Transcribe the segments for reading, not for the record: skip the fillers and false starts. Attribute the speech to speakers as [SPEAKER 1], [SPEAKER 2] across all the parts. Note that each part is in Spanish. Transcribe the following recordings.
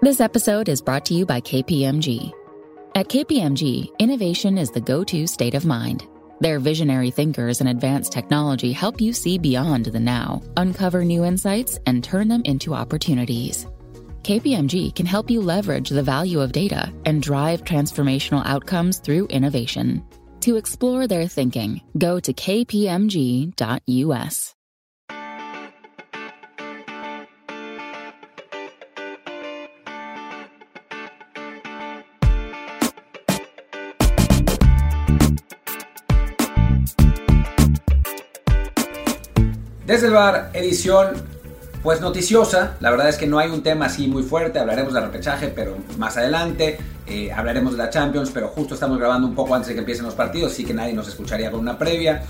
[SPEAKER 1] This episode is brought to you by KPMG. At KPMG, innovation is the go-to state of mind. Their visionary thinkers and advanced technology help you see beyond the now, uncover new insights, and turn them into opportunities. KPMG can help you leverage the value of data and drive transformational outcomes through innovation. To explore their thinking, go to kpmg.us.
[SPEAKER 2] Desde el bar, edición pues noticiosa. La verdad es que no hay un tema así muy fuerte. Hablaremos de repechaje, pero más adelante. Hablaremos de la Champions, pero justo estamos grabando un poco antes de que empiecen los partidos, así que nadie nos escucharía con una previa.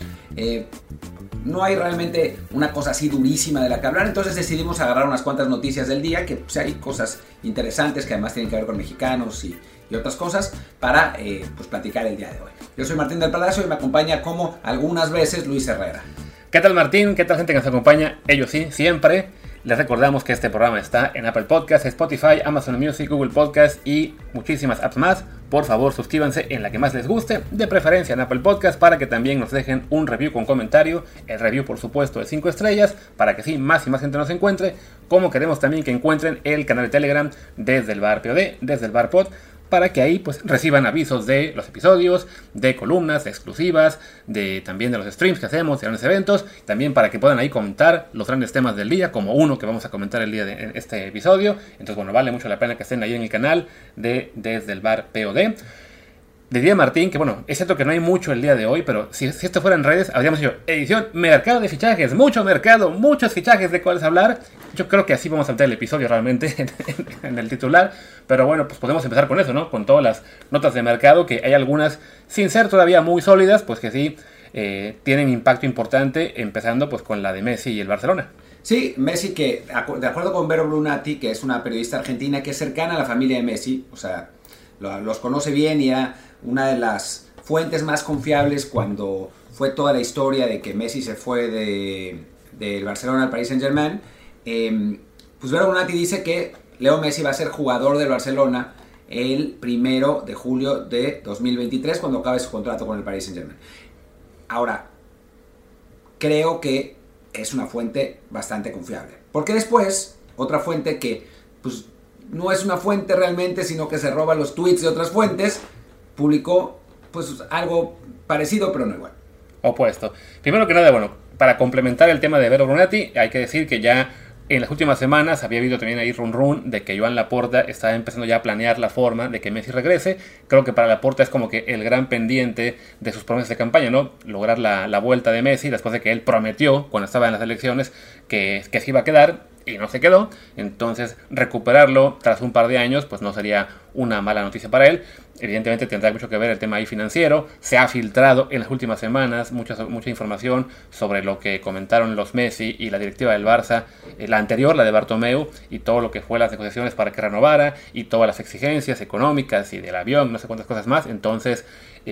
[SPEAKER 2] No hay realmente una cosa así durísima de la que hablar, entonces decidimos agarrar unas cuantas noticias del día, que pues, hay cosas interesantes que además tienen que ver con mexicanos y otras cosas, para pues, platicar el día de hoy. Yo soy Martín del Palacio y me acompaña como algunas veces Luis Herrera.
[SPEAKER 3] ¿Qué tal, Martín? ¿Qué tal, gente que nos acompaña? Ellos sí, siempre. Les recordamos que este programa está en Apple Podcasts, Spotify, Amazon Music, Google Podcasts y muchísimas apps más. Por favor, suscríbanse en la que más les guste, de preferencia en Apple Podcasts, para que también nos dejen un review con comentario. El review, por supuesto, de 5 estrellas, para que sí, más y más gente nos encuentre. Como queremos también que encuentren el canal de Telegram Desde el Bar POD, Desde el Bar Pod, para que ahí pues reciban avisos de los episodios, de columnas, de exclusivas, también de los streams que hacemos, de grandes eventos, también para que puedan ahí comentar los grandes temas del día, como uno que vamos a comentar el día de este episodio. Entonces, bueno, vale mucho la pena que estén ahí en el canal de Desde el Bar POD. Diría Martín que, bueno, es cierto que no hay mucho el día de hoy, pero si esto fuera en redes, habríamos dicho edición, mercado de fichajes, mucho mercado, muchos fichajes de cuáles hablar. Yo creo que así vamos a meter el episodio realmente en el titular, pero bueno, pues podemos empezar con eso, ¿no? Con todas las notas de mercado, que hay algunas, sin ser todavía muy sólidas, pues que sí tienen impacto importante, empezando pues con la de Messi y el Barcelona.
[SPEAKER 2] Sí, Messi, que de acuerdo con Vero Brunati, que es una periodista argentina que es cercana a la familia de Messi, o sea, los conoce bien y era una de las fuentes más confiables cuando fue toda la historia de que Messi se fue del Barcelona al Paris Saint-Germain. Pues Vero Brunati dice que Leo Messi va a ser jugador del Barcelona el 1 de julio de 2023, cuando acabe su contrato con el Paris Saint-Germain. Ahora, creo que es una fuente bastante confiable, porque después, otra fuente que pues no es una fuente realmente, sino que se roba los tweets de otras fuentes, publicó pues algo parecido, pero no igual.
[SPEAKER 3] Opuesto. Primero que nada, bueno, para complementar el tema de Vero Brunati, hay que decir que ya en las últimas semanas había habido también ahí run de que Joan Laporta estaba empezando ya a planear la forma de que Messi regrese. Creo que para Laporta es como que el gran pendiente de sus promesas de campaña, ¿no? Lograr la vuelta de Messi después de que él prometió cuando estaba en las elecciones que se iba a quedar y no se quedó. Entonces recuperarlo tras un par de años pues no sería una mala noticia para él. Evidentemente tendrá mucho que ver el tema ahí financiero. Se ha filtrado en las últimas semanas mucha información sobre lo que comentaron los Messi y la directiva del Barça, la anterior, la de Bartomeu, y todo lo que fue las negociaciones para que renovara y todas las exigencias económicas y del avión, no sé cuántas cosas más. Entonces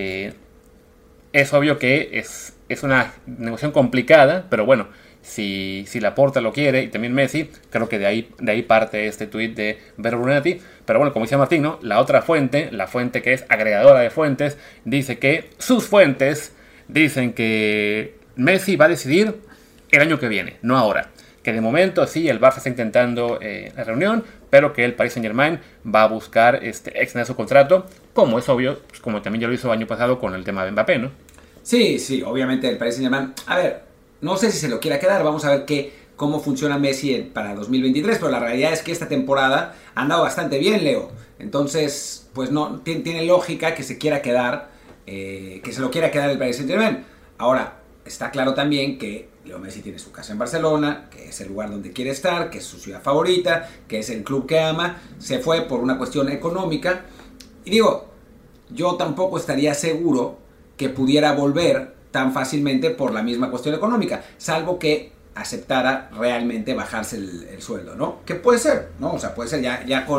[SPEAKER 3] es obvio que es una negociación complicada, pero bueno, si Laporta lo quiere y también Messi, creo que de ahí parte este tuit de Vero Brunati. Pero bueno, como decía Martín, ¿no? La otra fuente, la fuente que es agregadora de fuentes, dice que sus fuentes dicen que Messi va a decidir el año que viene, no ahora. Que de momento sí, el Barça está intentando la reunión, pero que el Paris Saint-Germain va a buscar extender su contrato, como es obvio, pues como también ya lo hizo el año pasado con el tema de Mbappé, ¿no?
[SPEAKER 2] Sí, obviamente el Paris Saint-Germain, a ver, no sé si se lo quiera quedar, vamos a ver cómo funciona Messi para 2023, pero la realidad es que esta temporada ha andado bastante bien, Leo. Entonces, pues no tiene lógica que se quiera quedar, que se lo quiera quedar el Paris Saint-Germain. Ahora, está claro también que Leo Messi tiene su casa en Barcelona, que es el lugar donde quiere estar, que es su ciudad favorita, que es el club que ama. Se fue por una cuestión económica. Y digo, yo tampoco estaría seguro que pudiera volver tan fácilmente por la misma cuestión económica, salvo que aceptara realmente bajarse el sueldo, ¿no? Que puede ser, ¿no? O sea, puede ser ya con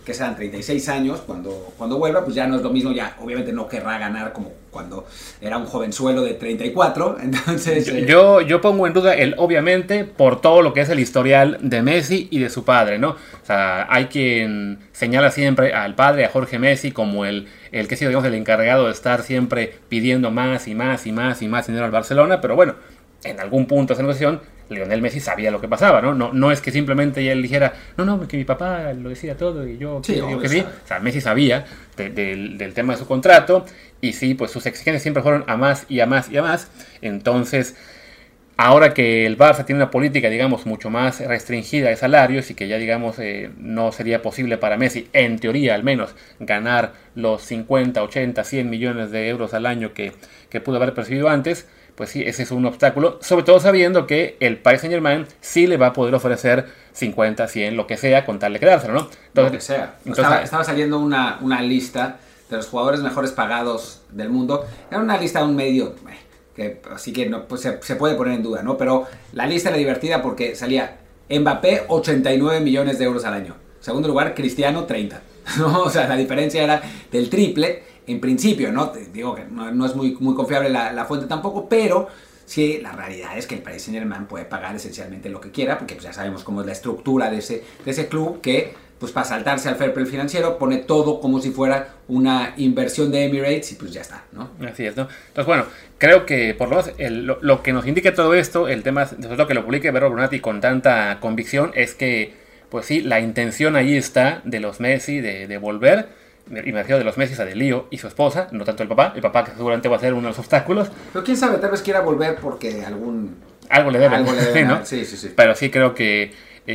[SPEAKER 2] que sean 36 años, cuando vuelva, pues ya no es lo mismo, ya obviamente no querrá ganar como cuando era un jovenzuelo de 34, entonces...
[SPEAKER 3] Yo pongo en duda obviamente, por todo lo que es el historial de Messi y de su padre, ¿no? O sea, hay quien señala siempre al padre, a Jorge Messi, como el que ha sido, digamos, el encargado de estar siempre pidiendo más y más y más y más dinero al Barcelona, pero bueno, en algún punto de esa negociación, Lionel Messi sabía lo que pasaba, ¿no? No es que simplemente él dijera, no, que mi papá lo decía todo y yo digo que sí. O sea, Messi sabía del tema de su contrato y sí, pues sus exigencias siempre fueron a más y a más y a más. Entonces, ahora que el Barça tiene una política, digamos, mucho más restringida de salarios y que ya, digamos, no sería posible para Messi, en teoría al menos, ganar los 50, 80, 100 millones de euros al año que pudo haber percibido antes, pues sí, ese es un obstáculo, sobre todo sabiendo que el Paris Saint-Germain sí le va a poder ofrecer 50, 100, lo que sea, con tal de quedárselo, ¿no?
[SPEAKER 2] Entonces, lo que sea. Estaba saliendo una lista de los jugadores mejores pagados del mundo. Era una lista de un medio, así que no, pues se puede poner en duda, ¿no? Pero la lista era divertida porque salía Mbappé, 89 millones de euros al año. Segundo lugar, Cristiano, 30. ¿No? O sea, la diferencia era del triple. En principio, ¿no? Te digo que no es muy confiable la fuente tampoco, pero sí, la realidad es que el Paris Saint-Germain puede pagar esencialmente lo que quiera, porque pues ya sabemos cómo es la estructura de ese club, que pues para saltarse al fair play financiero pone todo como si fuera una inversión de Emirates y pues ya está, ¿no?
[SPEAKER 3] Así es, ¿no? Entonces, bueno, creo que por lo menos lo que nos indica todo esto, el tema, sobre todo que lo publique Vero Brunati con tanta convicción, es que, pues sí, la intención ahí está de los Messi de volver. Y me refiero de los Messi a de Lío y su esposa, no tanto el papá que seguramente va a ser uno de los obstáculos.
[SPEAKER 2] Pero quién sabe, tal vez quiera volver porque
[SPEAKER 3] algo le deben.
[SPEAKER 2] Sí,
[SPEAKER 3] ¿no?
[SPEAKER 2] Sí.
[SPEAKER 3] Pero sí creo que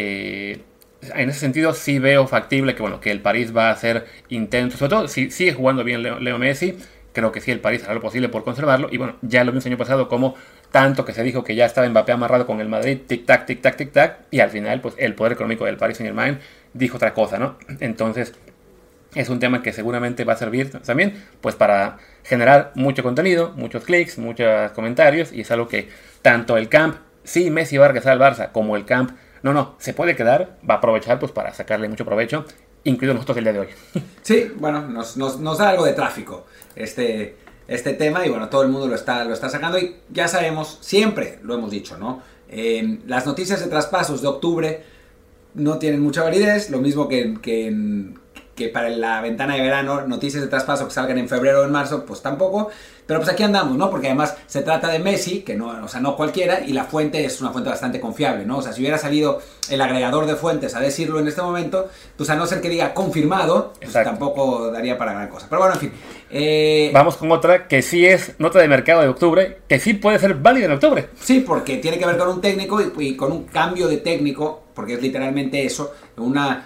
[SPEAKER 3] en ese sentido sí veo factible que, bueno, que el París va a hacer intentos, sobre todo si sigue jugando bien Leo Messi, creo que sí el París hará lo posible por conservarlo. Y bueno, ya lo vimos el año pasado como tanto que se dijo que ya estaba Mbappé amarrado con el Madrid, tic-tac, tic-tac, tic-tac, y al final pues el poder económico del Paris Saint-Germain dijo otra cosa, ¿no? Entonces es un tema que seguramente va a servir también pues para generar mucho contenido, muchos clics, muchos comentarios, y es algo que tanto el camp, sí, Messi va a regresar al Barça, como el camp, se puede quedar, va a aprovechar pues para sacarle mucho provecho, incluido nosotros el día de hoy. Sí,
[SPEAKER 2] bueno, nos da algo de tráfico este tema, y bueno, todo el mundo lo está sacando, y ya sabemos, siempre lo hemos dicho, ¿no? Las noticias de traspasos de octubre no tienen mucha validez, lo mismo que para la ventana de verano, noticias de traspaso que salgan en febrero o en marzo, pues tampoco. Pero pues aquí andamos, ¿no? Porque además se trata de Messi, que no cualquiera, y la fuente es una fuente bastante confiable, ¿no? O sea, si hubiera salido el agregador de fuentes a decirlo en este momento, pues a no ser que diga confirmado, pues tampoco daría para gran cosa. Pero bueno, en fin.
[SPEAKER 3] Vamos con otra que sí es nota de mercado de octubre, que sí puede ser válida en octubre.
[SPEAKER 2] Sí, porque tiene que ver con un técnico y con un cambio de técnico, porque es literalmente eso, una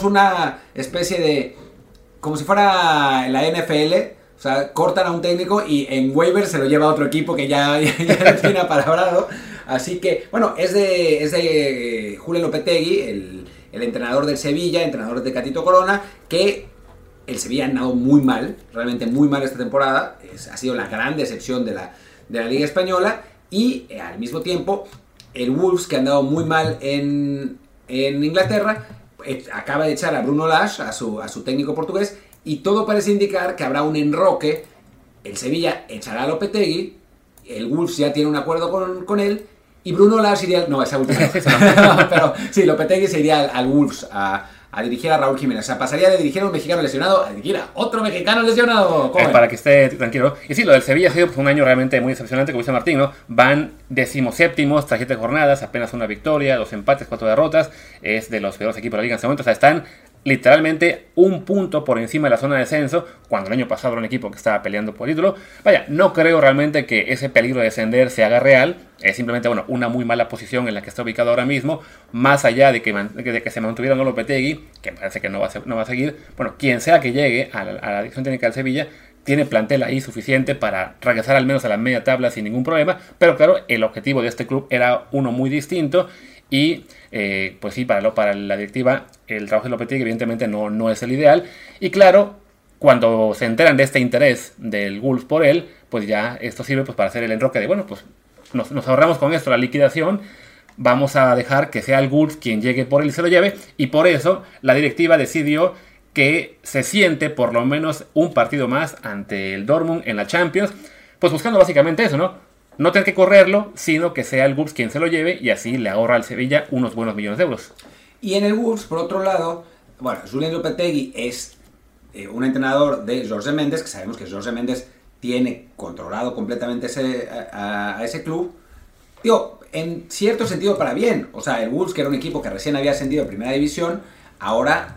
[SPEAKER 2] especie de, como si fuera la NFL. O sea, cortan a un técnico y en waiver se lo lleva a otro equipo que ya lo tiene apalabrado. Así que, bueno, es de Julen Lopetegui, el entrenador del Sevilla, entrenador de Catito Corona, que el Sevilla ha andado muy mal, realmente muy mal esta temporada. Ha sido la gran decepción de la Liga Española. Y al mismo tiempo, el Wolves, que ha andado muy mal en Inglaterra, acaba de echar a Bruno Lage, a su técnico portugués. Y todo parece indicar que habrá un enroque. El Sevilla echará a Lopetegui, el Wolves ya tiene un acuerdo con él, y Bruno Lage iría... No, esa última no. Pero sí, Lopetegui se iría al Wolves a dirigir a Raúl Jiménez. O sea, pasaría de dirigir a un mexicano lesionado a dirigir a otro mexicano lesionado.
[SPEAKER 3] Para que esté tranquilo. Y sí, lo del Sevilla ha sido pues, un año realmente muy decepcionante, como dice Martín, ¿no? Van 17º tras 7 jornadas, apenas una victoria, 2 empates, 4 derrotas. Es de los peores equipos de la liga en este momento. O sea, están literalmente un punto por encima de la zona de descenso, cuando el año pasado era un equipo que estaba peleando por título. Vaya, no creo realmente que ese peligro de descender se haga real. Es simplemente, bueno, una muy mala posición en la que está ubicado ahora mismo, más allá de que se mantuviera Lopetegui, que parece que no va a seguir. Bueno, quien sea que llegue a la dirección técnica del Sevilla, tiene plantel ahí suficiente para regresar al menos a la media tabla sin ningún problema, pero claro, el objetivo de este club era uno muy distinto. Y pues sí, para la directiva el trabajo de Lopetegui evidentemente no es el ideal. Y claro, cuando se enteran de este interés del Wolves por él, pues ya esto sirve pues para hacer el enroque de, bueno, pues nos ahorramos con esto la liquidación, vamos a dejar que sea el Wolves quien llegue por él y se lo lleve. Y por eso la directiva decidió que se siente por lo menos un partido más ante el Dortmund en la Champions, pues buscando básicamente eso, ¿no? No tener que correrlo, sino que sea el Wolves quien se lo lleve y así le ahorra al Sevilla unos buenos millones de euros.
[SPEAKER 2] Y en el Wolves, por otro lado, bueno, Julen Lopetegui es un entrenador de Jorge Méndez, que sabemos que Jorge Méndez tiene controlado completamente a ese club. Digo, en cierto sentido para bien. O sea, el Wolves, que era un equipo que recién había ascendido a Primera División, ahora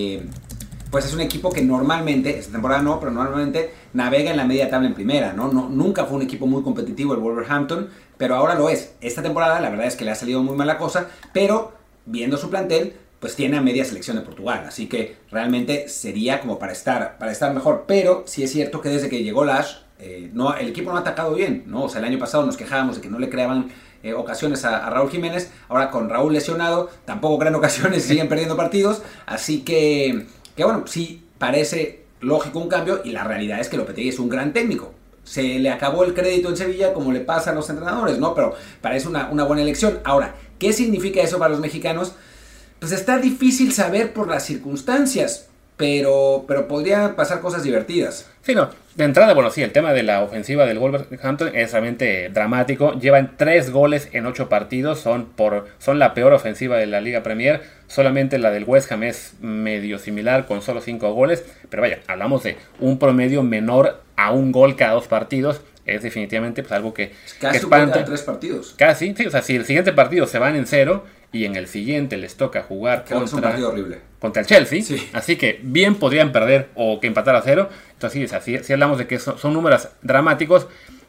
[SPEAKER 2] pues es un equipo que normalmente, esta temporada no, pero normalmente navega en la media tabla en Primera, ¿no? Nunca fue un equipo muy competitivo el Wolverhampton, pero ahora lo es. Esta temporada la verdad es que le ha salido muy mal la cosa, pero viendo su plantel, pues tiene a media selección de Portugal, así que realmente sería como para estar mejor. Pero sí es cierto que desde que llegó Lage, el equipo no ha atacado bien, ¿no? O sea, el año pasado nos quejábamos de que no le creaban ocasiones a Raúl Jiménez. Ahora con Raúl lesionado tampoco crean ocasiones y siguen perdiendo partidos. Así que bueno, sí parece lógico un cambio, y la realidad es que Lopetegui es un gran técnico. Se le acabó el crédito en Sevilla, como le pasa a los entrenadores, ¿no? Pero parece una buena elección. Ahora, ¿qué significa eso para los mexicanos? Pues está difícil saber por las circunstancias, pero podría pasar cosas divertidas.
[SPEAKER 3] Sí, no. De entrada, bueno, sí, el tema de la ofensiva del Wolverhampton es realmente dramático. Llevan 3 goles en 8 partidos, son la peor ofensiva de la Liga Premier. Solamente la del West Ham es medio similar, con solo 5 goles. Pero vaya, hablamos de un promedio menor a un gol cada 2 partidos. Es definitivamente pues, algo que
[SPEAKER 2] espanta. 3 partidos.
[SPEAKER 3] Casi, sí, o sea, si el siguiente partido se van en 0 y en el siguiente les toca jugar contra el Chelsea, sí. Así que bien podrían perder o que empatar a 0. Entonces sí hablamos de que son números dramáticos.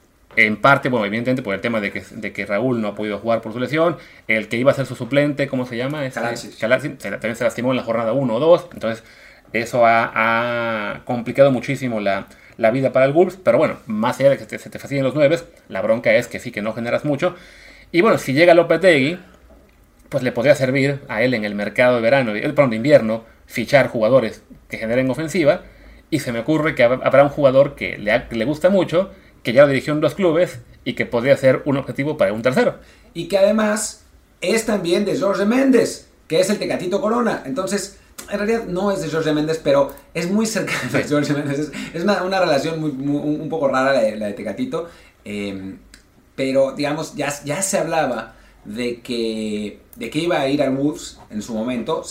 [SPEAKER 3] En parte, bueno, evidentemente por el tema de que Raúl no ha podido jugar por su lesión. El que iba a ser su suplente, ¿cómo se llama?
[SPEAKER 2] Kalacic.
[SPEAKER 3] También se lastimó en la jornada 1 o 2. Entonces eso ha complicado muchísimo la vida para el Wolves. Pero bueno, más allá de que se te faciliten los 9, la bronca es que sí que no generas mucho. Y bueno, si llega Lopetegui, pues le podría servir a él en el mercado de invierno, fichar jugadores que generen ofensiva. Y se me ocurre que habrá un jugador que le gusta mucho, que ya lo dirigió en 2 clubes y que podría ser un objetivo para un tercero.
[SPEAKER 2] Y que además es también de Jorge Méndez, que es el Tecatito Corona. Entonces, en realidad no es de Jorge Méndez, pero es muy cercano de Jorge Méndez. Es una relación un poco rara la de Tecatito. Pero, digamos, ya se hablaba de que iba a ir al Wolves en su momento.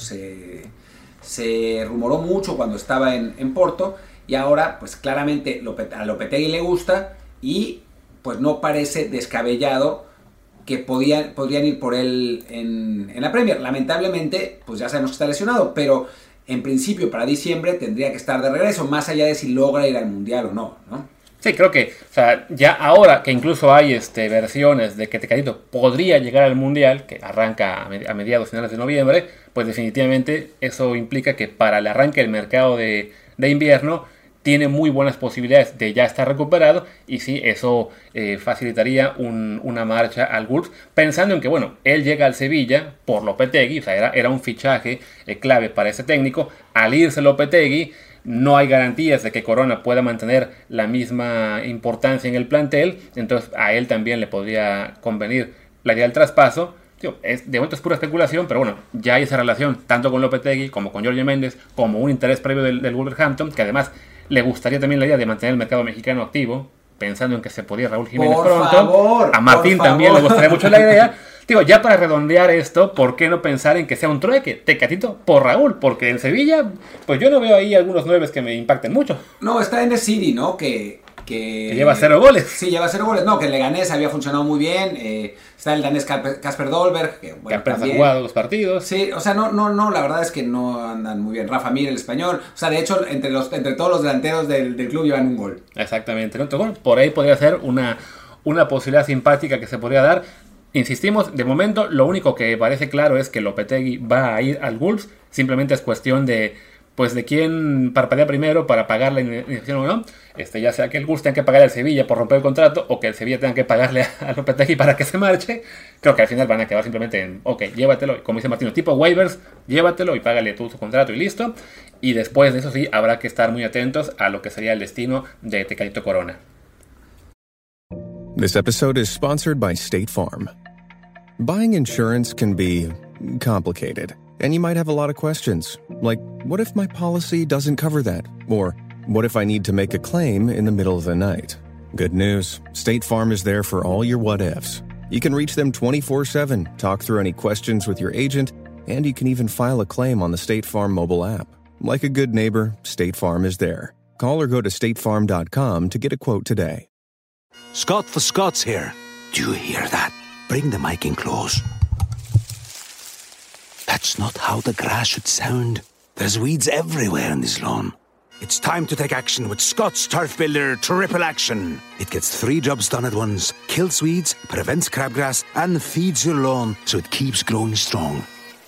[SPEAKER 2] Se rumoró mucho cuando estaba en Porto, y ahora pues claramente a Lopetegui le gusta, y pues no parece descabellado que podrían ir por él en la Premier. Lamentablemente pues ya sabemos que está lesionado, pero en principio para diciembre tendría que estar de regreso, más allá de si logra ir al Mundial o no, ¿no?
[SPEAKER 3] Sí, creo que, o sea, ya ahora que incluso hay versiones de que Tecatito podría llegar al Mundial, que arranca a mediados finales de noviembre, pues definitivamente eso implica que para el arranque del mercado de invierno tiene muy buenas posibilidades de ya estar recuperado, y sí, eso facilitaría una marcha al Wolves, pensando en que, bueno, él llega al Sevilla por Lopetegui, o sea, era un fichaje clave para ese técnico. Al irse Lopetegui, no hay garantías de que Corona pueda mantener la misma importancia en el plantel, entonces a él también le podría convenir la idea del traspaso. De momento es pura especulación, pero bueno, ya hay esa relación tanto con Lopetegui como con Jorge Méndez, como un interés previo del Wolverhampton, que además le gustaría también la idea de mantener el mercado mexicano activo, pensando en que se podía Raúl Jiménez pronto. A Martín también le gustaría mucho la idea. Ya para redondear esto, ¿por qué no pensar en que sea un trueque? Tecatito por Raúl, porque en Sevilla, pues yo no veo ahí algunos 9 que me impacten mucho.
[SPEAKER 2] No, está en el City, ¿no? Que
[SPEAKER 3] lleva 0 goles.
[SPEAKER 2] Sí, lleva 0 goles. No, que el Leganés había funcionado muy bien. Está el danés Kasper Dolberg, que bueno,
[SPEAKER 3] apenas ha jugado 2 partidos.
[SPEAKER 2] Sí, o sea, no, la verdad es que no andan muy bien. Rafa Mir, el español. O sea, de hecho, entre todos los delanteros del club llevan un gol.
[SPEAKER 3] Exactamente. Entonces, bueno, por ahí podría ser una posibilidad simpática que se podría dar. Insistimos, de momento lo único que parece claro es que Lopetegui va a ir al Wolves. Simplemente es cuestión de quién parpadea primero para pagar la indemnización o no. Ya sea que el Wolves tenga que pagarle al Sevilla por romper el contrato, o que el Sevilla tenga que pagarle a Lopetegui para que se marche. Creo que al final van a quedar simplemente en, ok, llévatelo, como dice Martino, tipo waivers, llévatelo y págale tú su contrato y listo. Y después de eso sí, habrá que estar muy atentos a lo que sería el destino de Tecatito Corona.
[SPEAKER 4] This episode is sponsored by State Farm. Buying insurance can be complicated. And you might have a lot of questions, like, what if my policy doesn't cover that? Or, what if I need to make a claim in the middle of the night? Good news, State Farm is there for all your what-ifs. You can reach them 24/7, talk through any questions with your agent, and you can even file a claim on the State Farm mobile app. Like a good neighbor, State Farm is there. Call or go to statefarm.com to get a quote today.
[SPEAKER 5] Scott for Scots here. Do you hear that? Bring the mic in close. That's not how the grass should sound. There's weeds everywhere in this lawn. It's time to take action with Scott's Turf Builder Triple Action. It gets 3 jobs done at once. Kills weeds, prevents crabgrass, and feeds your lawn so it keeps growing strong.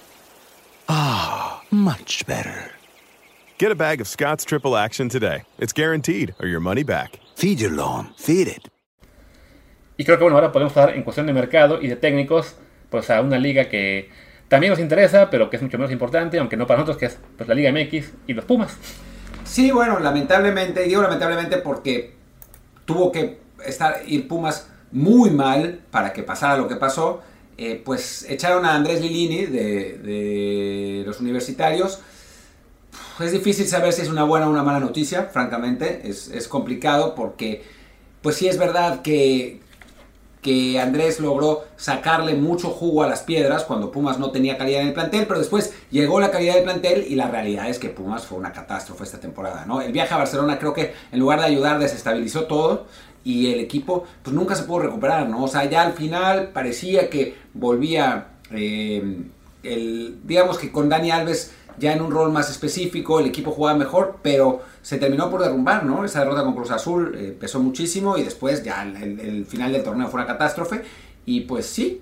[SPEAKER 5] Ah, much better.
[SPEAKER 6] Get a bag of Scott's Triple Action today. It's guaranteed, or your money back.
[SPEAKER 5] Feed your lawn. Feed it.
[SPEAKER 3] Y creo que bueno, ahora podemos hablar en cuestión de mercado y de técnicos, pues a una liga que también nos interesa, pero que es mucho menos importante, aunque no para nosotros, que es pues la Liga MX y los Pumas.
[SPEAKER 2] Sí, bueno, lamentablemente, y digo lamentablemente porque tuvo que ir Pumas muy mal para que pasara lo que pasó, pues echaron a Andrés Lilini de los universitarios. Es difícil saber si es una buena o una mala noticia, francamente, es complicado porque pues sí es verdad que Andrés logró sacarle mucho jugo a las piedras cuando Pumas no tenía calidad en el plantel, pero después llegó la calidad del plantel y la realidad es que Pumas fue una catástrofe esta temporada, ¿no? El viaje a Barcelona creo que en lugar de ayudar desestabilizó todo y el equipo pues nunca se pudo recuperar, ¿no? O sea, ya al final parecía que volvía, digamos que con Dani Alves ya en un rol más específico, el equipo jugaba mejor, pero se terminó por derrumbar, ¿no? Esa derrota con Cruz Azul pesó muchísimo y después ya el final del torneo fue una catástrofe y pues sí,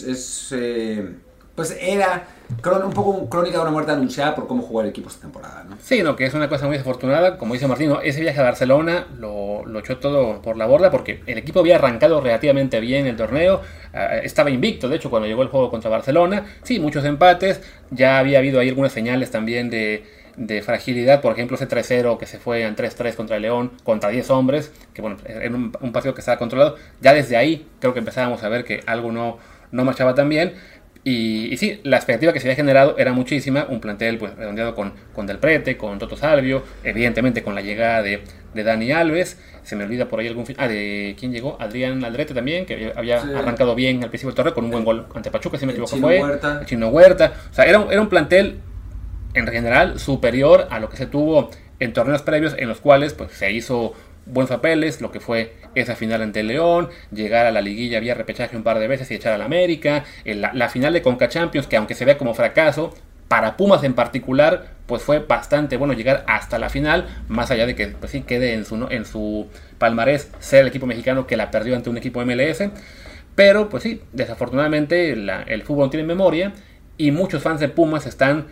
[SPEAKER 2] pues era un poco crónica de una muerte anunciada por cómo jugó el equipo esta temporada, ¿no?
[SPEAKER 3] Sí, no, que es una cosa muy desafortunada, como dice Martino, ese viaje a Barcelona lo echó todo por la borda porque el equipo había arrancado relativamente bien el torneo, estaba invicto, de hecho, cuando llegó el juego contra Barcelona, sí, muchos empates, ya había habido ahí algunas señales también de fragilidad, por ejemplo ese 3-0 que se fue en 3-3 contra el León, contra 10 hombres, que bueno, era un partido que estaba controlado, ya desde ahí creo que empezábamos a ver que algo no marchaba tan bien. Y sí, la expectativa que se había generado era muchísima, un plantel pues redondeado con Del Prete, con Toto Salvio, evidentemente con la llegada de Dani Alves, se me olvida por ahí ¿de quién llegó? Adrián Aldrete también, que había arrancado bien al principio del torneo con un buen gol ante Pachuca, si me equivoco el Chino Huerta, o sea, era un plantel en general superior a lo que se tuvo en torneos previos en los cuales pues se hizo buenos papeles, lo que fue esa final ante el León, llegar a la liguilla vía repechaje un par de veces y echar al América, la final de Conca Champions, que aunque se vea como fracaso, para Pumas en particular, pues fue bastante bueno llegar hasta la final, más allá de que pues sí quede en su palmarés ser el equipo mexicano que la perdió ante un equipo MLS, pero pues sí, desafortunadamente el fútbol no tiene memoria y muchos fans de Pumas están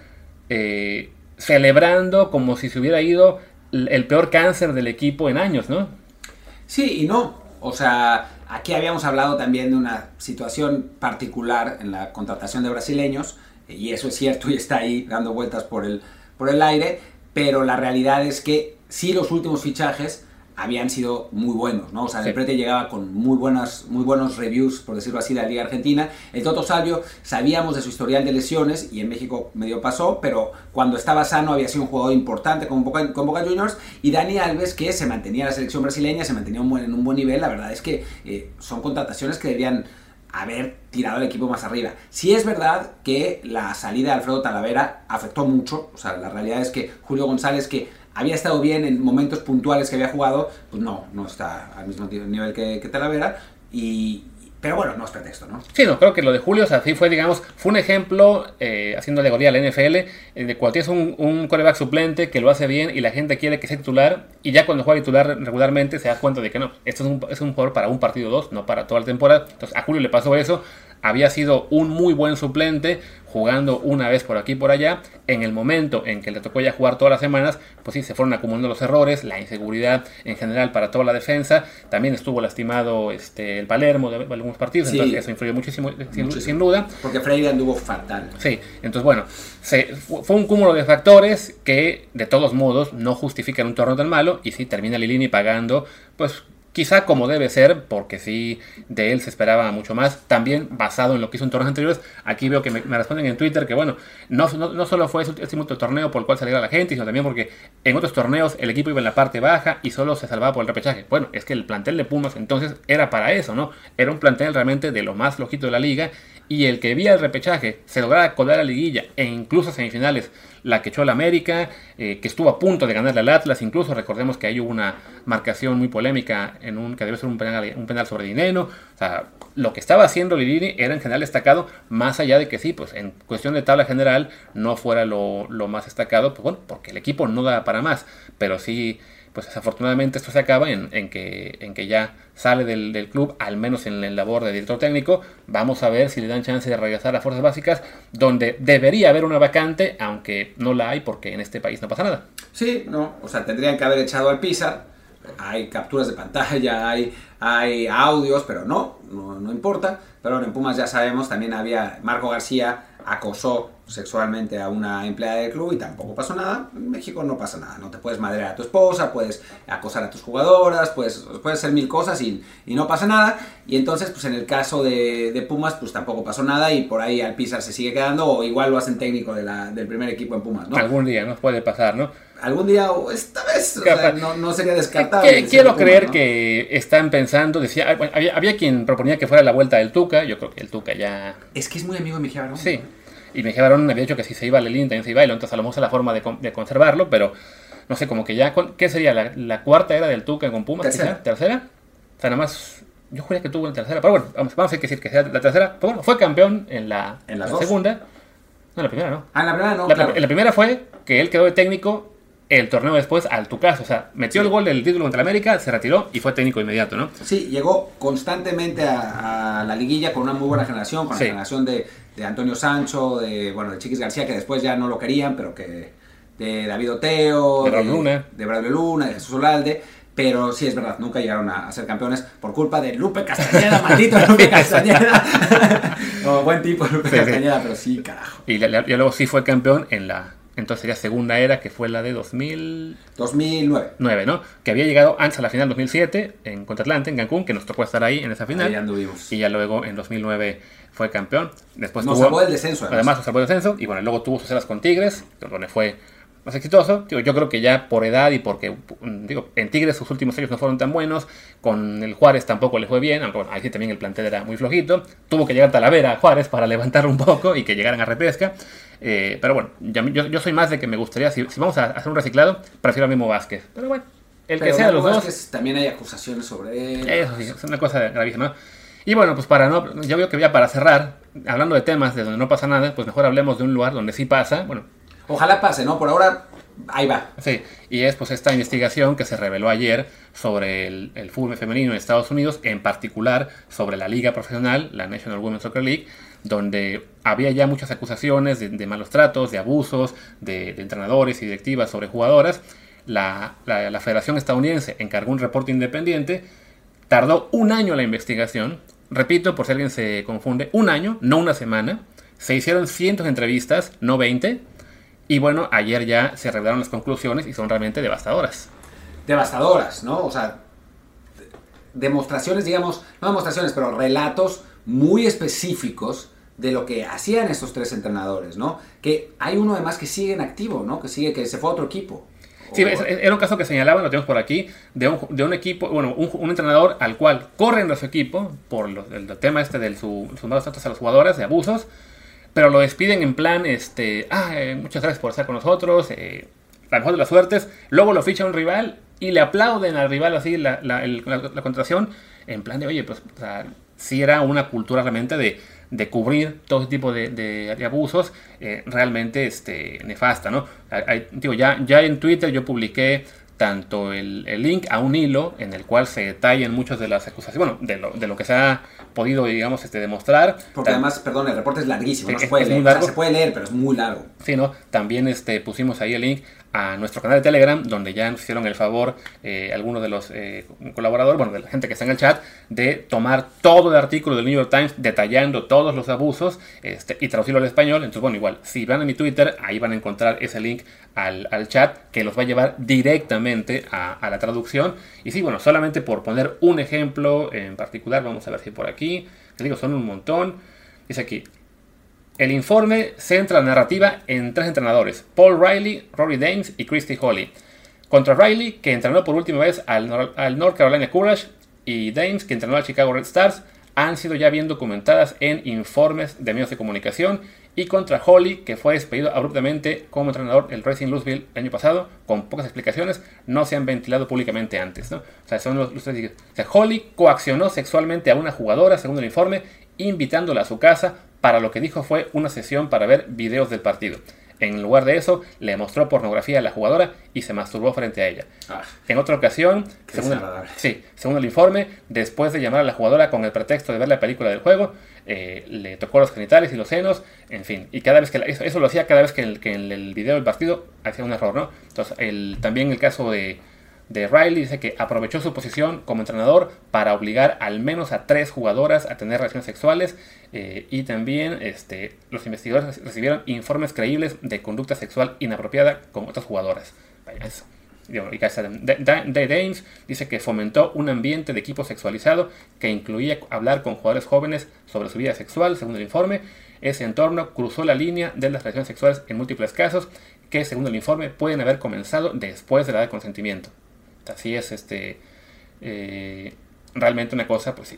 [SPEAKER 3] celebrando como si se hubiera ido el peor cáncer del equipo en años, ¿no?
[SPEAKER 2] Sí y no. O sea, aquí habíamos hablado también de una situación particular en la contratación de brasileños, y eso es cierto y está ahí dando vueltas por el aire, pero la realidad es que sí los últimos fichajes habían sido muy buenos, ¿no? O sea, Del Prete llegaba con muy buenos reviews, por decirlo así, de la Liga Argentina. El Toto Salvio, sabíamos de su historial de lesiones y en México medio pasó, pero cuando estaba sano había sido un jugador importante con Boca Juniors. Y Dani Alves, que se mantenía en la selección brasileña, se mantenía en un buen nivel. La verdad es que son contrataciones que debían haber tirado al equipo más arriba. Sí es verdad que la salida de Alfredo Talavera afectó mucho. O sea, la realidad es que Julio González, que había estado bien en momentos puntuales que había jugado, pues no está al mismo nivel que Talavera, pero bueno, no es pretexto, ¿no?
[SPEAKER 3] Sí, no, creo que lo de Julio, o sea, sí fue, digamos, fue un ejemplo, haciendo alegoría a la NFL, de cuando tienes un quarterback suplente que lo hace bien y la gente quiere que sea titular, y ya cuando juega titular regularmente se da cuenta de que no, esto es un jugador para un partido o dos, no para toda la temporada. Entonces a Julio le pasó eso, había sido un muy buen suplente, jugando una vez por aquí y por allá. En el momento en que le tocó ya jugar todas las semanas, pues sí, se fueron acumulando los errores, la inseguridad en general para toda la defensa. También estuvo lastimado el Palermo de algunos partidos, sí. Entonces eso influyó muchísimo. Sin duda.
[SPEAKER 2] Porque Freire anduvo fatal.
[SPEAKER 3] Sí, entonces bueno, fue un cúmulo de factores que de todos modos no justifican un torneo tan malo, y sí termina Lilini pagando pues Quizá como debe ser, porque sí, de él se esperaba mucho más. También basado en lo que hizo en torneos anteriores. Aquí veo que me responden en Twitter que, bueno, no solo fue este último torneo por el cual salió la gente, sino también porque en otros torneos el equipo iba en la parte baja y solo se salvaba por el repechaje. Bueno, es que el plantel de Pumas entonces era para eso, ¿no? Era un plantel realmente de lo más flojito de la liga. Y el que vía el repechaje se lograra colar a la liguilla e incluso semifinales, la que echó la América, que estuvo a punto de ganarle al Atlas, incluso recordemos que ahí hubo una marcación muy polémica que debe ser un penal sobre Dineno. O sea, lo que estaba haciendo Lilini era en general destacado, más allá de que sí, pues en cuestión de tabla general no fuera lo más destacado, pues bueno, porque el equipo no da para más, pero sí, pues desafortunadamente esto se acaba en que ya sale del club, al menos en el labor de director técnico. Vamos a ver si le dan chance de regresar a fuerzas básicas, donde debería haber una vacante, aunque no la hay porque en este país no pasa nada.
[SPEAKER 2] Sí, no, o sea, tendrían que haber echado al Pizar. Hay capturas de pantalla, hay audios, pero no importa. Pero en Pumas ya sabemos, también había Marco García acosó sexualmente a una empleada del club y tampoco pasó nada. En México no pasa nada, no te puedes madrear a tu esposa, puedes acosar a tus jugadoras, puedes hacer mil cosas y no pasa nada. Y entonces, pues en el caso de Pumas, pues tampoco pasó nada y por ahí Alpizar se sigue quedando, o igual lo hacen técnico del primer equipo en Pumas, ¿no?
[SPEAKER 3] Algún día nos puede pasar, ¿no?
[SPEAKER 2] Algún día, o esta vez, o sea, no sería descartable.
[SPEAKER 3] Quiero
[SPEAKER 2] Pumas,
[SPEAKER 3] creer,
[SPEAKER 2] ¿no?
[SPEAKER 3] Que están pensando, decía, había quien proponía que fuera la vuelta del Tuca. Yo creo que el Tuca ya...
[SPEAKER 2] Es que es muy amigo de Mejía Barón.
[SPEAKER 3] Sí, y Mejía Barón había dicho que si se iba a Lelín también se iba, y entonces a lo mejor es la forma de conservarlo, pero no sé, como que ya, ¿qué sería? ¿La cuarta era del Tuca con Pumas?
[SPEAKER 2] Tercera.
[SPEAKER 3] ¿Tercera? O sea, nada más, yo juraría que tuvo la tercera, pero bueno, vamos a decir que sea la tercera. Pero bueno, fue campeón en la segunda. No, la primera no.
[SPEAKER 2] En la primera no,
[SPEAKER 3] claro. La primera fue que él quedó de técnico el torneo después al Tucaso, o sea, metió el gol del título contra el América, se retiró y fue técnico inmediato, ¿no?
[SPEAKER 2] Sí, llegó constantemente a la liguilla con una muy buena generación, con la generación de Antonio Sancho, de Chiquis García, que después ya no lo querían, pero que de David Oteo, de Braulio Luna, de Jesús Olalde. Pero sí, es verdad, nunca llegaron a ser campeones por culpa de Lupe Castañeda, maldito Lupe Castañeda. No, buen tipo Lupe Castañeda, pero sí, carajo.
[SPEAKER 3] Y luego sí fue campeón en la... Entonces sería segunda era, que fue la de 2009, ¿no? Que había llegado antes a la final 2007 contra Atlante, en Cancún, que nos tocó estar ahí en esa final.
[SPEAKER 2] Ahí anduvimos.
[SPEAKER 3] Y ya luego en 2009 fue campeón. Después
[SPEAKER 2] nos salvó del descenso.
[SPEAKER 3] Además nos salvó del descenso. Y bueno, luego tuvo sus eras con Tigres, donde fue más exitoso. Yo creo que ya por edad y porque, en Tigres sus últimos años no fueron tan buenos. Con el Juárez tampoco le fue bien, aunque bueno, ahí sí también el plantel era muy flojito. Tuvo que llegar Talavera a Juárez para levantarlo un poco y que llegaran a repesca. Pero bueno, yo soy más de que me gustaría, si vamos a hacer un reciclado, prefiero a Memo Vázquez. Pero bueno, el que sea de los dos.
[SPEAKER 2] También hay acusaciones sobre él.
[SPEAKER 3] Eso sí, es una cosa gravísima. Y bueno, pues yo veo que ya para cerrar, hablando de temas de donde no pasa nada, pues mejor hablemos de un lugar donde sí pasa. Bueno,
[SPEAKER 2] ojalá pase, ¿no? Por ahora, ahí va.
[SPEAKER 3] Sí, y es pues esta investigación que se reveló ayer sobre el fútbol femenino en Estados Unidos, en particular sobre la liga profesional, la National Women's Soccer League, donde había ya muchas acusaciones de malos tratos, de abusos, de entrenadores y directivas sobre jugadoras. La Federación Estadounidense encargó un reporte independiente, tardó un año la investigación, repito, por si alguien se confunde, un año, no una semana, se hicieron cientos de entrevistas, no 20, y bueno, ayer ya se revelaron las conclusiones y son realmente devastadoras.
[SPEAKER 2] Devastadoras, ¿no? O sea, demostraciones, digamos, no demostraciones, pero relatos muy específicos de lo que hacían estos tres entrenadores, ¿no? Que hay uno además que sigue en activo, ¿no? Que se fue a otro equipo.
[SPEAKER 3] Sí, era un caso que señalaban, lo tenemos por aquí, de un equipo, bueno, un entrenador al cual corren de su equipo por el tema de sus malos tratos a las jugadoras, de abusos, pero lo despiden en plan, muchas gracias por estar con nosotros, la mejor de las suertes. Luego lo ficha un rival y le aplauden al rival así la contratación, en plan de, oye, pues, o sea, sí era una cultura realmente de cubrir todo ese tipo de abusos, realmente nefasta, ¿no? Ya en Twitter yo publiqué tanto el link a un hilo en el cual se detallan muchas de las acusaciones, bueno, de lo que se ha podido, digamos, demostrar.
[SPEAKER 2] Porque además, perdón, el reporte es larguísimo, no se puede leer. O sea, se puede leer, pero es muy largo.
[SPEAKER 3] Sí, ¿no? También pusimos ahí el link a nuestro canal de Telegram, donde ya nos hicieron el favor algunos de los colaboradores, bueno, de la gente que está en el chat, de tomar todo el artículo del New York Times detallando todos los abusos y traducirlo al español. Entonces, bueno, igual, si van a mi Twitter, ahí van a encontrar ese link al chat que los va a llevar directamente a la traducción. Y sí, bueno, solamente por poner un ejemplo en particular, vamos a ver si por aquí, les digo, son un montón. Dice aquí: el informe centra la narrativa en 3 entrenadores: Paul Riley, Rory Dames y Christy Holly. Contra Riley, que entrenó por última vez al North Carolina Courage, y Dames, que entrenó al Chicago Red Stars, han sido ya bien documentadas en informes de medios de comunicación. Y contra Holly, que fue despedido abruptamente como entrenador del Racing Louisville el año pasado, con pocas explicaciones, no se han ventilado públicamente antes, ¿no? O sea, son los o sea, Holly coaccionó sexualmente a una jugadora, según el informe, invitándola a su casa para lo que dijo fue una sesión para ver videos del partido. En lugar de eso, le mostró pornografía a la jugadora y se masturbó frente a ella. En otra ocasión, según el informe, después de llamar a la jugadora con el pretexto de ver la película del juego, le tocó los genitales y los senos, en fin. Y cada vez que eso lo hacía cada vez que en el video del partido hacía un error, ¿no? Entonces, también el caso de Riley dice que aprovechó su posición como entrenador para obligar al menos a 3 jugadoras a tener relaciones sexuales, y también los investigadores recibieron informes creíbles de conducta sexual inapropiada con otras jugadoras. Vaya, eso. Y Dames dice que fomentó un ambiente de equipo sexualizado que incluía hablar con jugadores jóvenes sobre su vida sexual, según el informe. Ese entorno cruzó la línea de las relaciones sexuales en múltiples casos que, según el informe, pueden haber comenzado después de la edad de consentimiento. Así es, realmente una cosa, pues sí.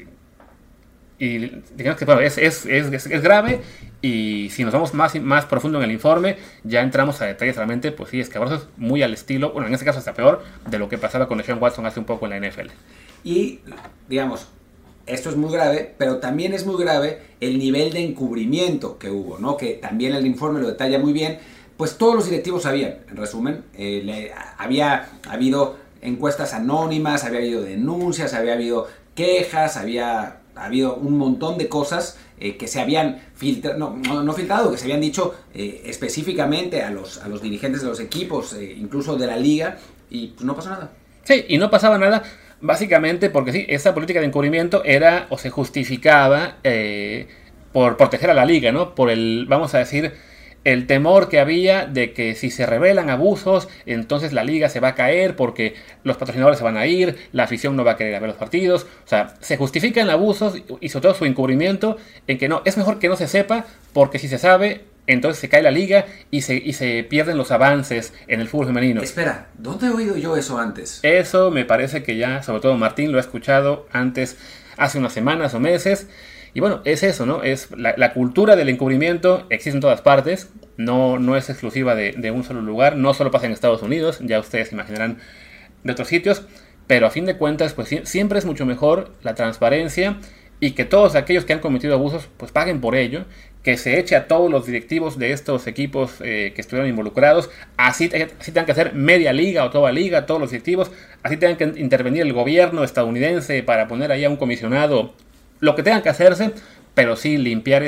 [SPEAKER 3] Y digamos que bueno, es grave, y si nos vamos más profundo en el informe, ya entramos a detalles realmente, pues sí, escabrosos, muy al estilo, bueno, en este caso hasta peor, de lo que pasaba con Deshaun Watson hace un poco en la NFL.
[SPEAKER 2] Y, digamos, esto es muy grave, pero también es muy grave el nivel de encubrimiento que hubo, ¿no? Que también el informe lo detalla muy bien. Pues todos los directivos sabían, en resumen, había habido encuestas anónimas, había habido denuncias, había habido quejas, había habido un montón de cosas que se habían no filtrado, que se habían dicho específicamente a los dirigentes de los equipos, incluso de la liga, y pues no pasó nada.
[SPEAKER 3] Sí, y no pasaba nada básicamente porque sí, esa política de encubrimiento era o se justificaba por proteger a la liga, ¿no? Por vamos a decir, el temor que había de que si se revelan abusos, entonces la liga se va a caer porque los patrocinadores se van a ir, la afición no va a querer ver los partidos. O sea, se justifican abusos y sobre todo su encubrimiento en que no, es mejor que no se sepa, porque si se sabe, entonces se cae la liga y se pierden los avances en el fútbol femenino.
[SPEAKER 2] Espera, ¿dónde he oído yo eso antes?
[SPEAKER 3] Eso me parece que ya, sobre todo Martín, lo ha escuchado antes, hace unas semanas o meses. Y bueno, es eso, ¿no? Es la cultura del encubrimiento existe en todas partes, no es exclusiva de un solo lugar, no solo pasa en Estados Unidos, ya ustedes imaginarán de otros sitios, pero a fin de cuentas, pues siempre es mucho mejor la transparencia y que todos aquellos que han cometido abusos, pues paguen por ello, que se eche a todos los directivos de estos equipos que estuvieron involucrados, así tengan que hacer media liga o toda liga, todos los directivos, así tengan que intervenir el gobierno estadounidense para poner ahí a un comisionado, lo que tengan que hacerse, pero sí limpiar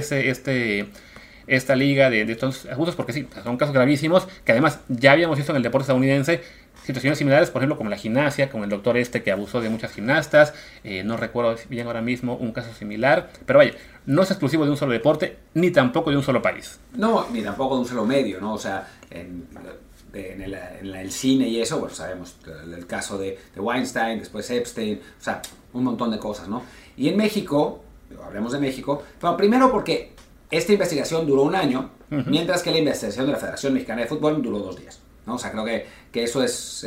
[SPEAKER 3] esta liga de estos abusos, porque sí, son casos gravísimos, que además ya habíamos visto en el deporte estadounidense situaciones similares, por ejemplo, como la gimnasia, con el doctor que abusó de muchas gimnastas, no recuerdo bien ahora mismo un caso similar, pero vaya, no es exclusivo de un solo deporte, ni tampoco de un solo país.
[SPEAKER 2] No, ni tampoco de un solo medio, ¿no? O sea, en el cine y eso, bueno, sabemos el caso de Weinstein, después Epstein, o sea, un montón de cosas, ¿no? Y en México, hablemos de México, bueno, primero porque esta investigación duró un año, mientras que la investigación de la Federación Mexicana de Fútbol duró 2 días, ¿no? O sea, creo que eso es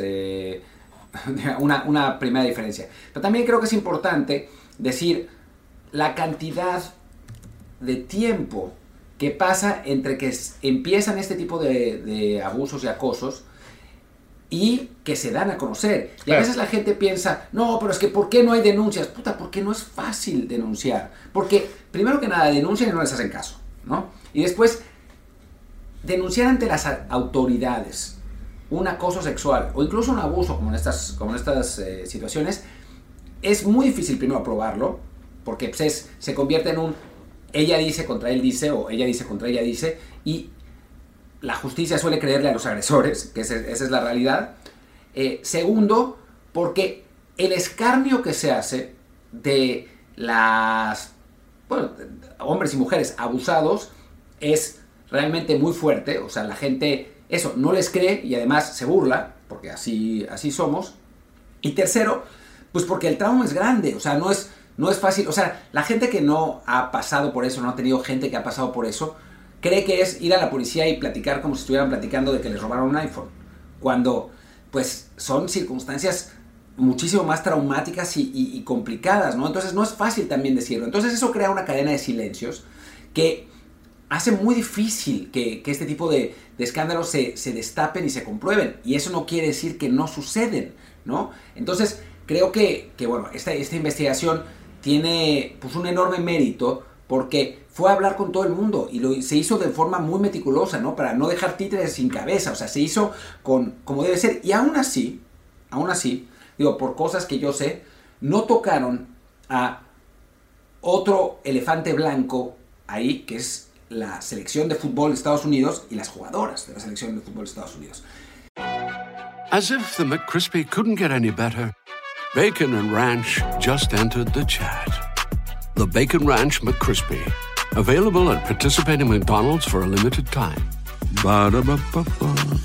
[SPEAKER 2] una primera diferencia. Pero también creo que es importante decir la cantidad de tiempo que pasa entre que empiezan este tipo de abusos y acosos y que se dan a conocer. Y a veces la gente piensa, no, pero es que ¿por qué no hay denuncias? Puta, porque no es fácil denunciar. Porque, primero que nada, denuncian y no les hacen caso, ¿no? Y después, denunciar ante las autoridades un acoso sexual o incluso un abuso como en estas situaciones, es muy difícil primero probarlo, porque pues, se convierte en un ella dice contra él dice, o ella dice contra ella dice, y la justicia suele creerle a los agresores, que esa es la realidad. Segundo, porque el escarnio que se hace de hombres y mujeres abusados es realmente muy fuerte. O sea, la gente eso no les cree y además se burla, porque así somos. Y tercero, pues porque el trauma es grande, o sea, no es fácil. O sea, la gente que no ha pasado por eso, no ha tenido gente que ha pasado por eso, cree que es ir a la policía y platicar como si estuvieran platicando de que les robaron un iPhone, cuando pues son circunstancias muchísimo más traumáticas y complicadas, ¿no? Entonces no es fácil también decirlo. Entonces eso crea una cadena de silencios que hace muy difícil que este tipo de escándalos se destapen y se comprueben. Y eso no quiere decir que no suceden, ¿no? Entonces creo que bueno, esta investigación tiene pues un enorme mérito porque fue a hablar con todo el mundo y se hizo de forma muy meticulosa, ¿no? Para no dejar títeres sin cabeza. O sea, se hizo como debe ser. Y aún así, digo, por cosas que yo sé, no tocaron a otro elefante blanco ahí, que es la selección de fútbol de Estados Unidos y las jugadoras de la selección de fútbol de Estados Unidos.
[SPEAKER 7] As if the McCrispy couldn't get any better, Bacon and Ranch just entered the chat. The Bacon Ranch McCrispy, available at participating McDonald's for a limited time. Ba-da-ba-ba-ba.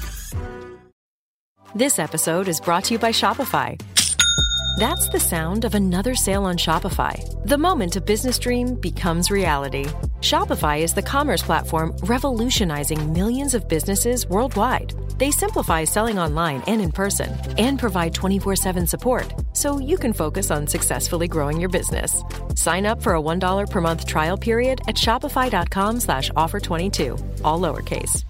[SPEAKER 8] This episode is brought to you by Shopify. That's the sound of another sale on Shopify. The moment a business dream becomes reality. Shopify is the commerce platform revolutionizing millions of businesses worldwide. They simplify selling online and in person and provide 24/7 support so you can focus on successfully growing your business. Sign up for a $1 per month trial period at shopify.com/offer22, all lowercase.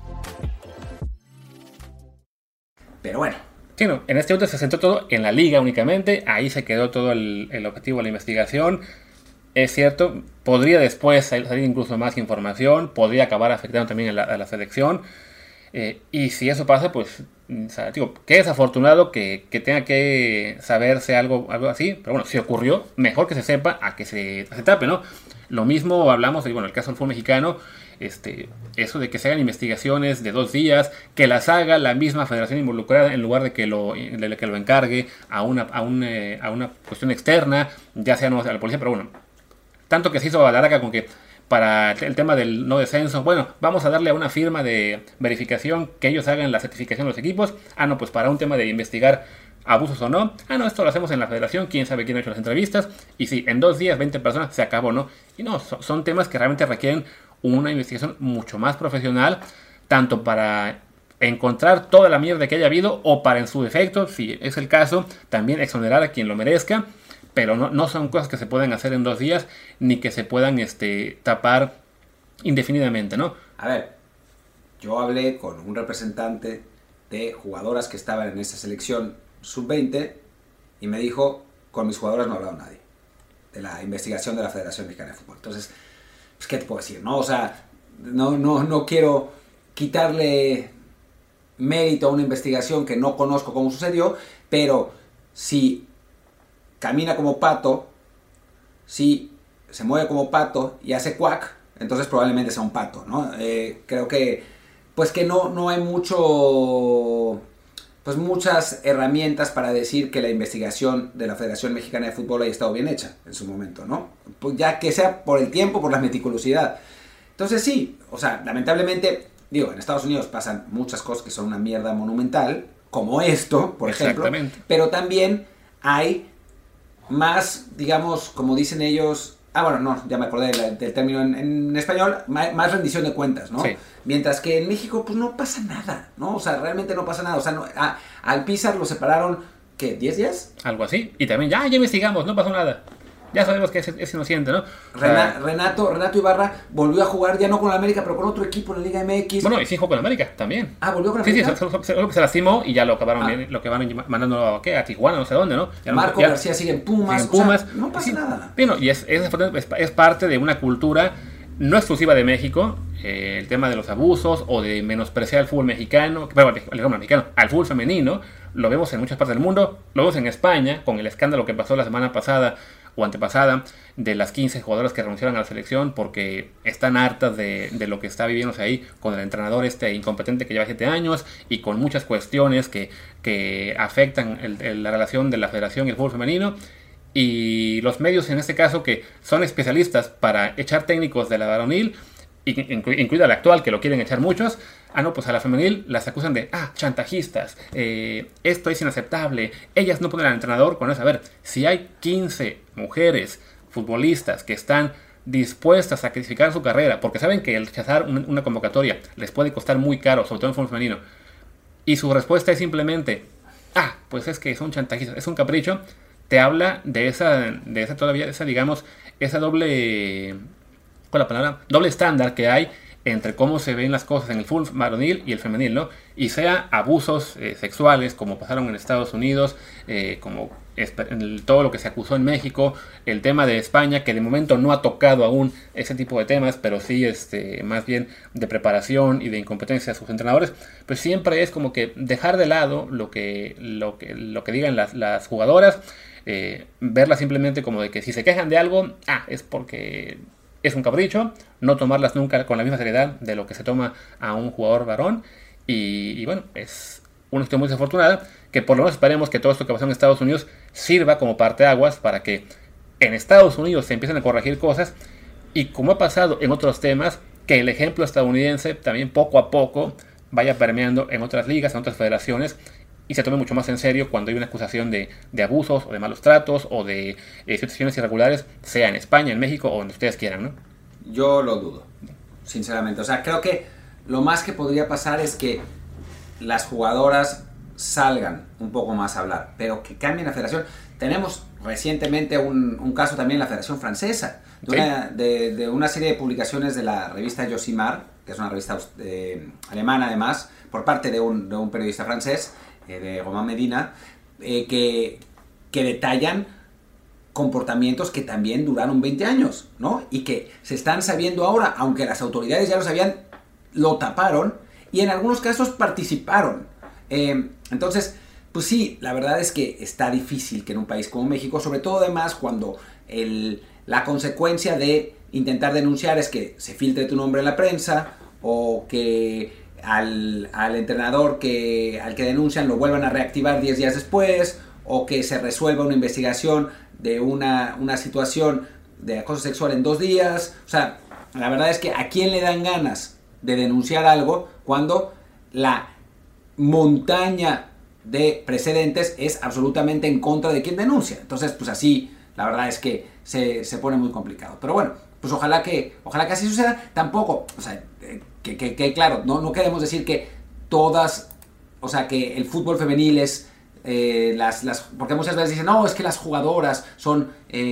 [SPEAKER 2] Pero bueno.
[SPEAKER 3] Sí, no, en este momento se centró todo en la liga únicamente, ahí se quedó todo el objetivo de la investigación. Es cierto, podría después salir incluso más información, podría acabar afectando también a la selección. Y si eso pasa, pues, o sea, digo, qué desafortunado que tenga que saberse algo así, pero bueno, si ocurrió, mejor que se sepa a que se tape, ¿no? Lo mismo hablamos de, bueno, el caso del fútbol mexicano, eso de que se hagan investigaciones de 2 días, que las haga la misma federación involucrada en lugar de que lo encargue a una cuestión externa, ya sea no a la policía, pero bueno, tanto que se hizo a la larga con que para el tema del no descenso, bueno, vamos a darle a una firma de verificación que ellos hagan la certificación de los equipos. No, pues para un tema de investigar abusos o no. No, esto lo hacemos en la federación, quién sabe quién ha hecho las entrevistas. Y sí, en 2 días, 20 personas, se acabó, ¿no? Y no, son temas que realmente requieren una investigación mucho más profesional, tanto para encontrar toda la mierda que haya habido o para, en su defecto, si es el caso, también exonerar a quien lo merezca. Pero no son cosas que se pueden hacer en 2 días, ni que se puedan tapar indefinidamente, ¿no?
[SPEAKER 2] A ver, yo hablé con un representante de jugadoras que estaban en esa selección sub-20 y me dijo, con mis jugadoras no ha hablado nadie de la investigación de la Federación Mexicana de Fútbol. Entonces, pues, ¿qué te puedo decir? ¿No? O sea, no quiero quitarle mérito a una investigación que no conozco cómo sucedió, pero si camina como pato, si se mueve como pato y hace cuac, entonces probablemente sea un pato, ¿no? Creo que pues que no hay muchas herramientas para decir que la investigación de la Federación Mexicana de Fútbol haya estado bien hecha en su momento, ¿no? Pues ya que sea por el tiempo, por la meticulosidad. Entonces sí, o sea, lamentablemente, digo, en Estados Unidos pasan muchas cosas que son una mierda monumental, como esto, por ejemplo, pero también hay más, digamos, como dicen ellos, bueno, no, ya me acordé del término en español, más rendición de cuentas, ¿no? Sí. Mientras que en México, pues no pasa nada, ¿no? O sea, realmente no pasa nada. O sea, al Pizar lo separaron, ¿qué? ¿10 días?
[SPEAKER 3] Algo así. Y también, ya investigamos, no pasó nada. Ya sabemos que es inocente, ¿no?
[SPEAKER 2] Renato Ibarra volvió a jugar, ya no con la América, pero con otro equipo en la Liga MX.
[SPEAKER 3] Bueno, y sí jugó con la América también.
[SPEAKER 2] ¿Volvió con la América?
[SPEAKER 3] Sí, se lastimó y ya lo acabaron lo que van mandando a Tijuana, no sé dónde, ¿no?
[SPEAKER 2] Marco García sigue en Pumas. O sea, no pasa nada.
[SPEAKER 3] Bueno, y es parte de una cultura no exclusiva de México, el tema de los abusos o de menospreciar al fútbol mexicano, al fútbol femenino, lo vemos en muchas partes del mundo, lo vemos en España, con el escándalo que pasó la semana pasada, o antepasada de las 15 jugadoras que renunciaron a la selección porque están hartas de lo que está viviéndose ahí con el entrenador incompetente que lleva 7 años y con muchas cuestiones que afectan la relación de la federación y el fútbol femenino. Y los medios en este caso, que son especialistas para echar técnicos de la varonil, incluida la actual, que lo quieren echar muchos, pues a la femenil las acusan de chantajistas, esto es inaceptable, ellas no ponen al entrenador. Con eso, a ver, si hay 15 mujeres futbolistas que están dispuestas a sacrificar su carrera porque saben que el rechazar una convocatoria les puede costar muy caro, sobre todo en el fútbol femenino, y su respuesta es simplemente pues es que son chantajistas, es un capricho, te habla de esa digamos, esa doble estándar que hay entre cómo se ven las cosas en el fútbol varonil y el femenil, ¿no? Y sea abusos sexuales como pasaron en Estados Unidos, como todo lo que se acusó en México, el tema de España, que de momento no ha tocado aún ese tipo de temas, pero sí más bien de preparación y de incompetencia de sus entrenadores, pues siempre es como que dejar de lado lo que digan las jugadoras, verlas simplemente como de que si se quejan de algo, es porque es un capricho, no tomarlas nunca con la misma seriedad de lo que se toma a un jugador varón. Y bueno, es una cuestión muy desafortunada, que por lo menos esperemos que todo esto que pasó en Estados Unidos sirva como parteaguas para que en Estados Unidos se empiecen a corregir cosas, y como ha pasado en otros temas, que el ejemplo estadounidense también poco a poco vaya permeando en otras ligas, en otras federaciones, y se tome mucho más en serio cuando hay una acusación de abusos o de malos tratos o de situaciones irregulares, sea en España, en México o donde ustedes quieran, ¿no?
[SPEAKER 2] Yo lo dudo, sinceramente. O sea, creo que lo más que podría pasar es que las jugadoras salgan un poco más a hablar, pero que cambien la federación. Tenemos recientemente un caso también en la Federación Francesa, de una serie de publicaciones de la revista Josimar, que es una revista alemana además, por parte de un periodista francés, de Romain Medina, que detallan comportamientos que también duraron 20 años, ¿no? Y que se están sabiendo ahora, aunque las autoridades ya lo sabían, lo taparon y en algunos casos participaron. Entonces, pues sí, la verdad es que está difícil que en un país como México, sobre todo además cuando la consecuencia de intentar denunciar es que se filtre tu nombre en la prensa, o que al entrenador al que denuncian lo vuelvan a reactivar 10 días después, o que se resuelva una investigación de una situación de acoso sexual en 2 días. O sea, la verdad es que ¿a quién le dan ganas de denunciar algo cuando la montaña de precedentes es absolutamente en contra de quien denuncia? Entonces, pues así, la verdad es que se pone muy complicado. Pero bueno, pues ojalá que así suceda. Tampoco, o sea, que claro, no queremos decir que todas, o sea, que el fútbol femenil es porque muchas veces dicen, no, es que las jugadoras son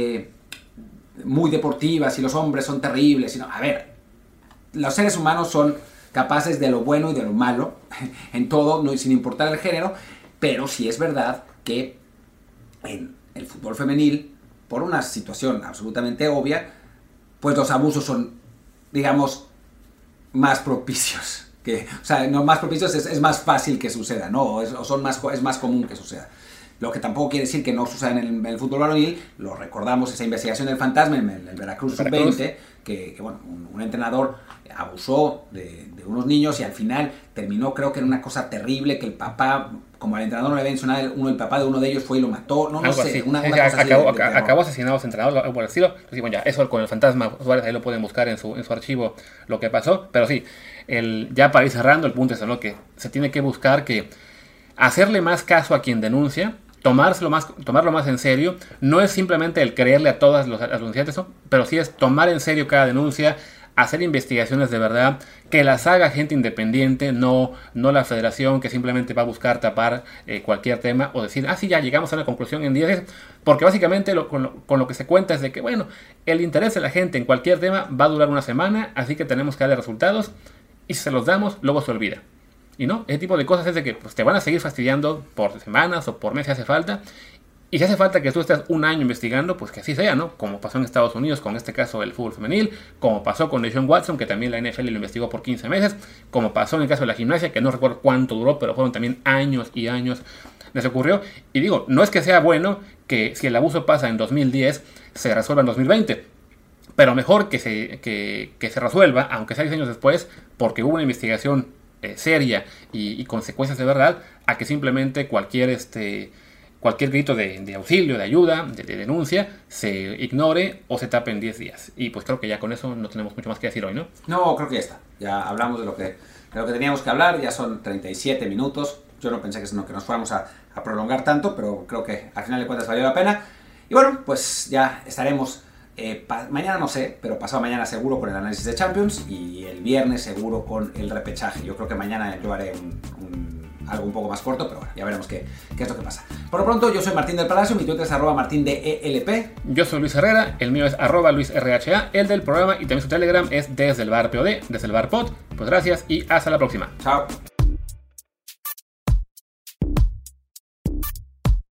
[SPEAKER 2] muy deportivas y los hombres son terribles. Y no, a ver, los seres humanos son capaces de lo bueno y de lo malo en todo, no, sin importar el género, pero sí es verdad que en el fútbol femenil, por una situación absolutamente obvia, pues los abusos son, digamos, más propicios. O sea, no más propicios, es más fácil que suceda, ¿no? Es más común que suceda. Lo que tampoco quiere decir que no suceda en el fútbol varonil. Lo recordamos, esa investigación del fantasma en el Veracruz Sub-20, que bueno, un entrenador abusó de unos niños y al final terminó, creo que en una cosa terrible, que el papá, como al entrenador no le había mencionado, el papá de uno de ellos fue y lo mató, no sé,
[SPEAKER 3] así.
[SPEAKER 2] Una cosa así
[SPEAKER 3] acabó asesinado a su entrenador, algo por el estilo. Entonces, bueno, ya, eso con el fantasma Suárez, ahí lo pueden buscar en su archivo lo que pasó, pero sí, ya para ir cerrando, el punto es, ¿no?, que se tiene que buscar que hacerle más caso a quien denuncia, tomarlo más en serio. No es simplemente el creerle a todas los denunciantes, ¿no?, pero sí es tomar en serio cada denuncia, hacer investigaciones de verdad, que las haga gente independiente, no la federación que simplemente va a buscar tapar cualquier tema o decir, sí, ya llegamos a una conclusión en 10 días, porque básicamente con lo que se cuenta es de que, bueno, el interés de la gente en cualquier tema va a durar una semana, así que tenemos que darle resultados, y si se los damos, luego se olvida. Y no, ese tipo de cosas es de que pues, te van a seguir fastidiando por semanas o por meses si hace falta. Y si hace falta que tú estés un año investigando, pues que así sea, ¿no? Como pasó en Estados Unidos con este caso del fútbol femenil, como pasó con Deshaun Watson, que también la NFL lo investigó por 15 meses, como pasó en el caso de la gimnasia, que no recuerdo cuánto duró, pero fueron también años y años les ocurrió. Y digo, no es que sea bueno que si el abuso pasa en 2010, se resuelva en 2020. Pero mejor que se resuelva, aunque sea 10 años después, porque hubo una investigación seria y consecuencias de verdad, a que simplemente cualquier grito de auxilio, de ayuda, de denuncia, se ignore o se tape en 10 días. Y pues creo que ya con eso no tenemos mucho más que decir hoy, ¿no?
[SPEAKER 2] No, creo que ya está. Ya hablamos de lo que teníamos que hablar, ya son 37 minutos. Yo no pensé que nos fuéramos a prolongar tanto, pero creo que al final de cuentas valió la pena. Y bueno, pues ya estaremos, mañana no sé, pero pasado mañana seguro con el análisis de Champions y el viernes seguro con el repechaje. Yo creo que mañana yo haré algo un poco más corto, pero bueno, ya veremos qué es lo que pasa. Por lo pronto, yo soy Martín del Palacio, mi Twitter es @martindelp.
[SPEAKER 3] Yo soy Luis Herrera, el mío es @LuisRHA, el del programa, y también su Telegram es desde el bar POD, desde el bar pod. Pues gracias y hasta la próxima.
[SPEAKER 2] Chao.